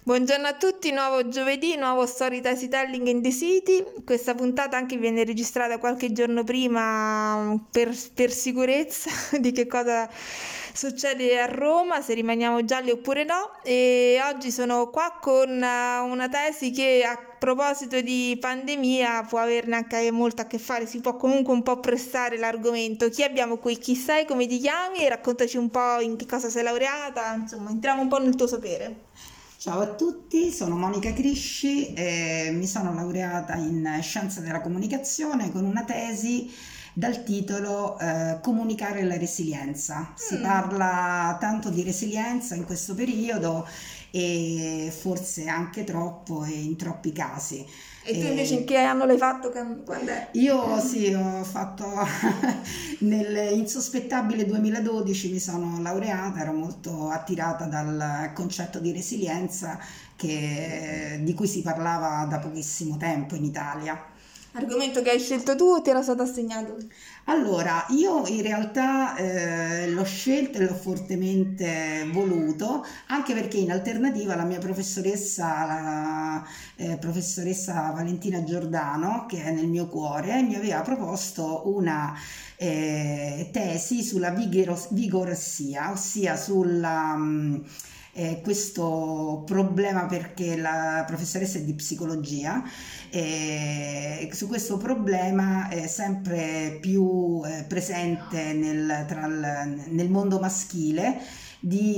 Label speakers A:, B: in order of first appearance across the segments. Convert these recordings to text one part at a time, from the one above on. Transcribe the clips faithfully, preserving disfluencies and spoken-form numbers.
A: Buongiorno a tutti, nuovo giovedì, nuovo Storytelling in the City. Questa puntata anche viene registrata qualche giorno prima per, per sicurezza di che cosa succede a Roma, se rimaniamo gialli oppure no. E oggi sono qua con eh, una tesi che a proposito di pandemia può averne anche molto a che fare, si può comunque un po' prestare l'argomento. Chi abbiamo qui? Chi sei? Come ti chiami? E raccontaci un po' in che cosa sei laureata, insomma, entriamo un po' nel tuo sapere.
B: Ciao a tutti, sono Monica Crisci e mi sono laureata in Scienze della Comunicazione con una tesi dal titolo eh, Comunicare la resilienza. Si
A: Mm.
B: parla tanto di resilienza in questo periodo e forse anche troppo e in troppi casi.
A: E tu invece in
B: E
A: che anno l'hai fatto? Quando quando è?
B: io sì, ho fatto nel insospettabile duemiladodici, mi sono laureata, ero molto attirata dal concetto di resilienza che- di cui si parlava da pochissimo tempo in Italia.
A: Argomento che hai scelto tu o ti era stato assegnato?
B: Allora, io in realtà eh, l'ho scelto e l'ho fortemente voluto, anche perché in alternativa la mia professoressa, la eh, professoressa Valentina Giordano, che è nel mio cuore, mi aveva proposto una eh, tesi sulla vigoro- vigorossia, ossia sulla... mh, eh, questo problema, perché la professoressa è di psicologia, e su questo problema è sempre più eh, presente nel, tra il- nel mondo maschile di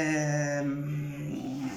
B: ehm,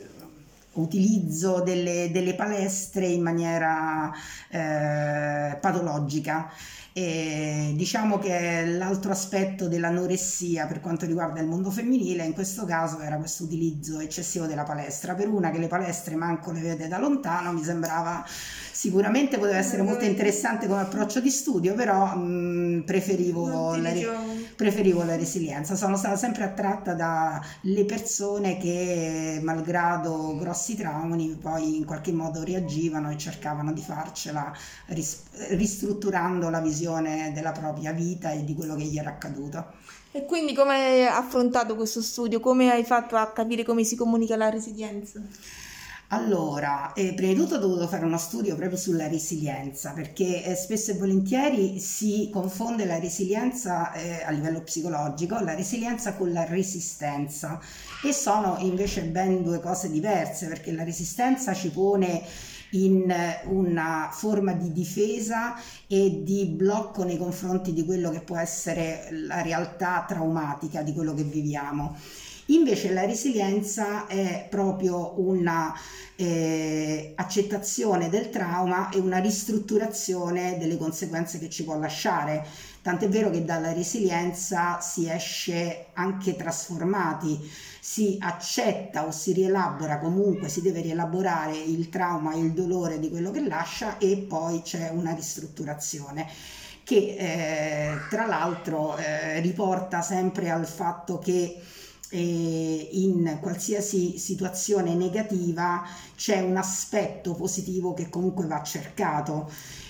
B: utilizzo delle, delle palestre in maniera eh, patologica. E diciamo che l'altro aspetto dell'anoressia per quanto riguarda il mondo femminile in questo caso era questo utilizzo eccessivo della palestra. Per una che le palestre manco le vede da lontano, mi sembrava sicuramente poteva
A: Un
B: essere molto
A: argomento.
B: interessante come approccio di studio, però mh,
A: Non
B: preferivo
A: ti
B: la, re-
A: diceva.
B: preferivo la resilienza. Sono stata sempre attratta dalle persone che, malgrado grossi traumi, poi in qualche modo reagivano e cercavano di farcela ris- ristrutturando la visione della propria vita e di quello che gli era accaduto.
A: E quindi come hai affrontato questo studio? Come hai fatto a capire come si comunica la resilienza?
B: Allora, eh, prima di tutto ho dovuto fare uno studio proprio sulla resilienza, perché eh, spesso e volentieri si confonde la resilienza eh, a livello psicologico, la resilienza con la resistenza, e sono invece ben due cose diverse, perché la resistenza ci pone in eh, una forma di difesa e di blocco nei confronti di quello che può essere la realtà traumatica di quello che viviamo. Invece la resilienza è proprio una eh, accettazione del trauma e una ristrutturazione delle conseguenze che ci può lasciare. Tant'è vero che dalla resilienza si esce anche trasformati, si accetta o si rielabora, comunque si deve rielaborare il trauma e il dolore di quello che lascia, e poi c'è una ristrutturazione che eh, tra l'altro eh, riporta sempre al fatto che eh, in qualsiasi situazione negativa c'è un aspetto positivo che comunque va cercato.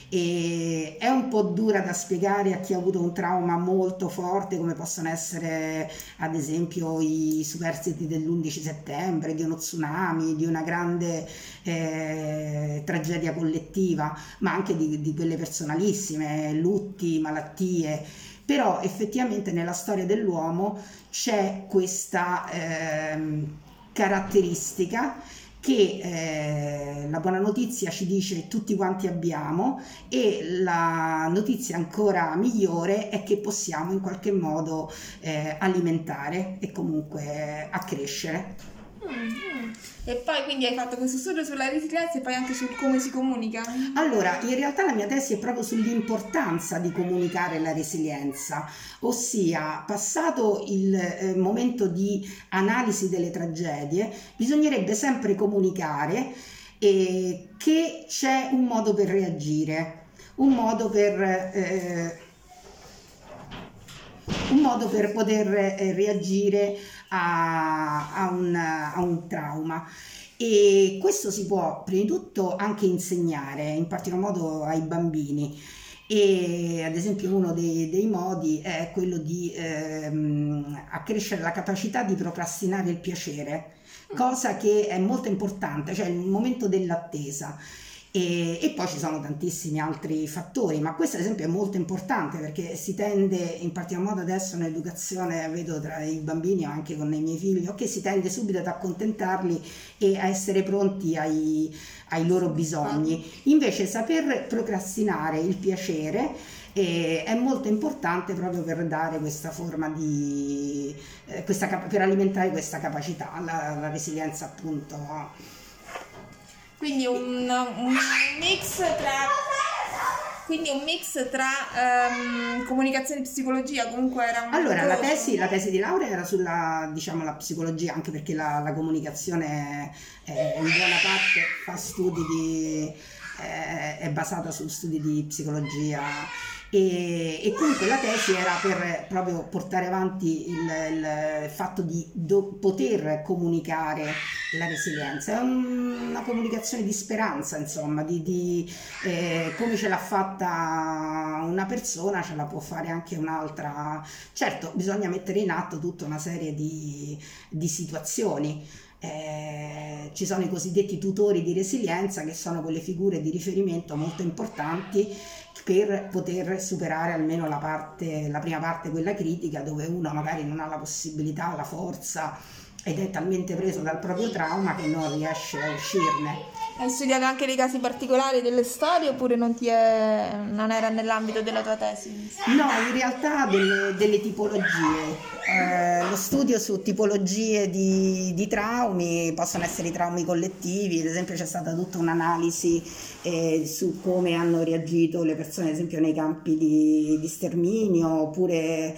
B: E è un po' dura da spiegare a chi ha avuto un trauma molto forte, come possono essere ad esempio i superstiti dell'undici settembre, di uno tsunami, di una grande eh, tragedia collettiva, ma anche di, di quelle personalissime, lutti, malattie. Però effettivamente nella storia dell'uomo c'è questa ehm, caratteristica che eh, la buona notizia ci dice tutti quanti abbiamo, e la notizia ancora migliore è che possiamo in qualche modo eh, alimentare e comunque accrescere.
A: Mm, mm. E poi quindi hai fatto questo studio sulla resilienza e poi anche su come si comunica?
B: Allora, in realtà la mia tesi è proprio sull'importanza di comunicare la resilienza, ossia, passato il eh, momento di analisi delle tragedie, bisognerebbe sempre comunicare eh, che c'è un modo per reagire, un modo per eh, un modo per poter eh, reagire a, a un, a un trauma. E questo si può prima di tutto anche insegnare, in particolar modo ai bambini. E ad esempio uno dei, dei modi è quello di ehm, accrescere la capacità di procrastinare il piacere, cosa che è molto importante, cioè il momento dell'attesa. E, e poi ci sono tantissimi altri fattori, ma questo ad esempio è molto importante perché si tende, in particolar modo adesso nell'educazione, vedo tra i bambini o anche con i miei figli, che si tende subito ad accontentarli e a essere pronti ai, ai loro bisogni. Invece saper procrastinare il piacere eh, è molto importante proprio per dare questa forma di, eh, questa, per alimentare questa capacità, la, la resilienza appunto.
A: Quindi un, un mix tra, quindi un mix tra um, comunicazione e psicologia, comunque era un
B: allora la tesi, la tesi di laurea era sulla, diciamo, la psicologia, anche perché la, la comunicazione è, in buona parte fa studi di, è, è basata su studi di psicologia. E, e comunque la tesi era per proprio portare avanti il, il fatto di do, poter comunicare la resilienza. È un, una comunicazione di speranza, insomma, di, di eh, come ce l'ha fatta una persona, ce la può fare anche un'altra. Certo, bisogna mettere in atto tutta una serie di, di situazioni. Eh, ci sono i cosiddetti tutori di resilienza, che sono quelle figure di riferimento molto importanti per poter superare almeno la parte, la prima parte, quella critica, dove uno magari non ha la possibilità, la forza ed è talmente preso dal proprio trauma che non riesce a uscirne.
A: Hai studiato anche dei casi particolari delle storie oppure non, ti è, non era nell'ambito della tua tesi?
B: No, in realtà delle, delle tipologie. Eh, lo studio su tipologie di, di traumi, possono essere i traumi collettivi, ad esempio c'è stata tutta un'analisi eh, su come hanno reagito le persone, ad esempio nei campi di, di sterminio, oppure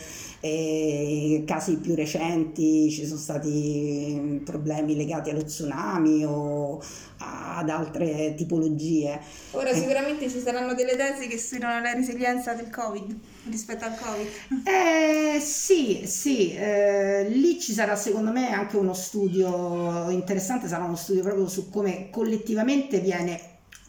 B: eh, casi più recenti, ci sono stati problemi legati allo tsunami o ad altre tipologie.
A: Ora sicuramente ci saranno delle tesi che studiano la resilienza del Covid rispetto al Covid.
B: Eh, sì, sì, eh, lì ci sarà secondo me anche uno studio interessante, sarà uno studio proprio su come collettivamente viene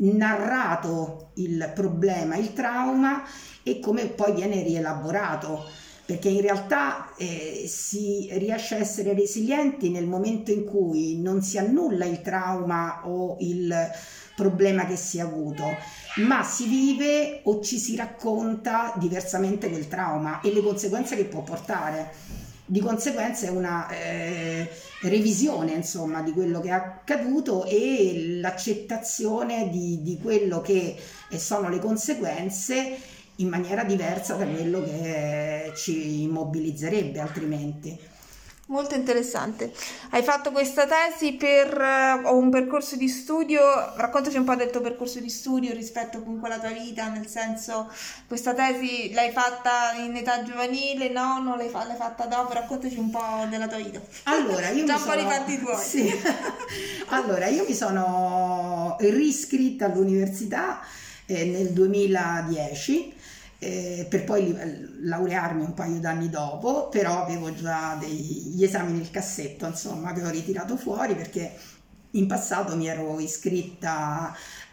B: narrato il problema, il trauma, e come poi viene rielaborato. Perché in realtà eh, si riesce a essere resilienti nel momento in cui non si annulla il trauma o il problema che si è avuto, ma si vive o ci si racconta diversamente quel trauma e le conseguenze che può portare. Di conseguenza è una eh, revisione, insomma, di quello che è accaduto e l'accettazione di, di quello che sono le conseguenze in maniera diversa da quello che ci immobilizzerebbe altrimenti.
A: Molto interessante. Hai fatto questa tesi per uh, un percorso di studio, raccontaci un po' del tuo percorso di studio rispetto comunque alla tua vita, nel senso, questa tesi l'hai fatta in età giovanile, no? Non l'hai, fa- l'hai fatta dopo, raccontaci un po' della tua vita.
B: Allora, io
A: Già
B: mi
A: un
B: sono...
A: po' di fatti tuoi.
B: Sì. Allora, io mi sono riscritta all'università eh, nel duemiladieci, Eh, per poi laurearmi un paio d'anni dopo, però avevo già degli esami nel cassetto, insomma, che ho ritirato fuori perché in passato mi ero iscritta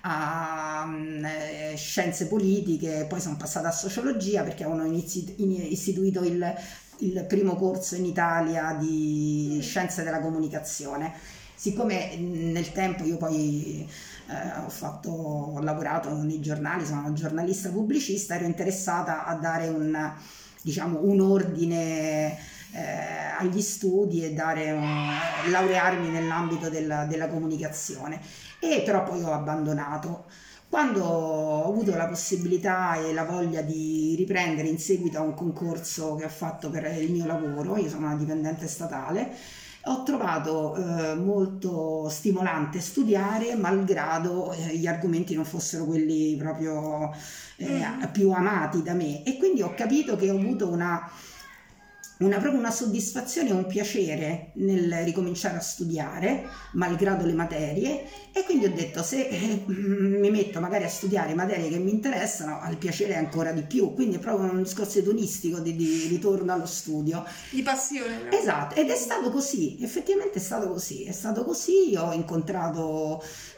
B: a um, eh, scienze politiche, poi sono passata a sociologia perché avevano inizi- in- istituito il, il primo corso in Italia di scienze della comunicazione. Siccome nel tempo io poi eh, ho, fatto, ho lavorato nei giornali, sono giornalista pubblicista, ero interessata a dare un, diciamo, un ordine eh, agli studi e dare un, laurearmi nell'ambito della, della comunicazione, e però poi ho abbandonato. Quando ho avuto la possibilità e la voglia di riprendere in seguito a un concorso che ho fatto per il mio lavoro, io sono una dipendente statale, ho trovato eh, molto stimolante studiare, malgrado eh, gli argomenti non fossero quelli proprio eh, più amati da me, e quindi ho capito che ho avuto una, una, proprio una soddisfazione e un piacere nel ricominciare a studiare, malgrado le materie, e quindi ho detto, se eh, mi metto magari a studiare materie che mi interessano, il piacere è ancora di più, quindi è proprio un discorso edonistico di, di ritorno allo studio.
A: Di passione. No?
B: Esatto, ed è stato così, effettivamente è stato così, è stato così, ho incontrato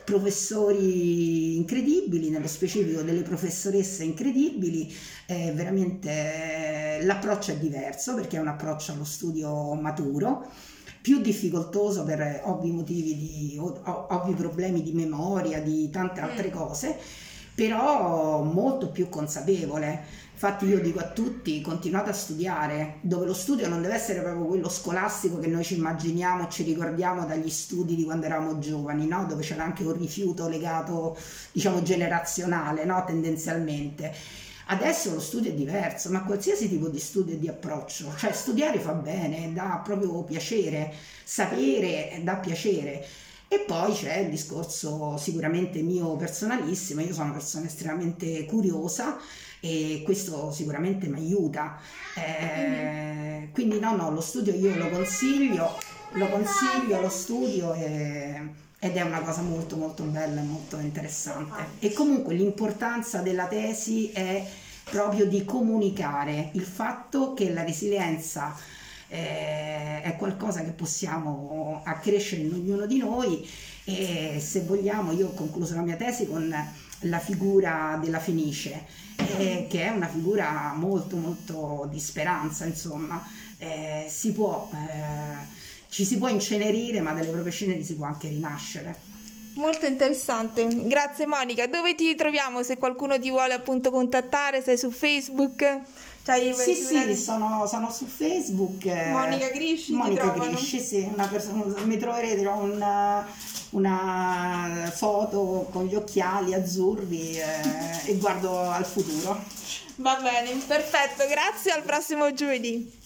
B: professori incredibili, nello specifico delle professoresse incredibili. Eh, veramente eh, l'approccio è diverso perché è un approccio allo studio maturo, più difficoltoso per ovvi motivi di ovvi problemi di memoria, di tante altre cose, però molto più consapevole. Infatti io dico a tutti: continuate a studiare, dove lo studio non deve essere proprio quello scolastico che noi ci immaginiamo, ci ricordiamo dagli studi di quando eravamo giovani, no? Dove c'era anche un rifiuto legato, diciamo, generazionale, no? Tendenzialmente. Adesso lo studio è diverso, ma qualsiasi tipo di studio e di approccio, cioè studiare fa bene, dà proprio piacere, sapere dà piacere. E poi c'è il discorso sicuramente mio personalissimo, io sono una persona estremamente curiosa e questo sicuramente mi aiuta, eh, quindi no no lo studio io lo consiglio, lo consiglio lo studio e, ed è una cosa molto molto bella e molto interessante. E comunque l'importanza della tesi è proprio di comunicare il fatto che la resilienza eh, è qualcosa che possiamo accrescere in ognuno di noi. E se vogliamo, io ho concluso la mia tesi con la figura della Fenice, eh, che è una figura molto molto di speranza, insomma. Eh, si può, eh, ci si può incenerire, ma dalle proprie ceneri si può anche rinascere.
A: Molto interessante, grazie Monica. Dove ti troviamo se qualcuno ti vuole appunto contattare? Sei su Facebook?
B: Cioè, sì, sì, sono, sono su Facebook.
A: Monica Grisci.
B: Monica Grisci, sì, una persona, mi troverete una, una foto con gli occhiali azzurri eh, e guardo al futuro.
A: Va bene, perfetto, grazie, al prossimo giovedì.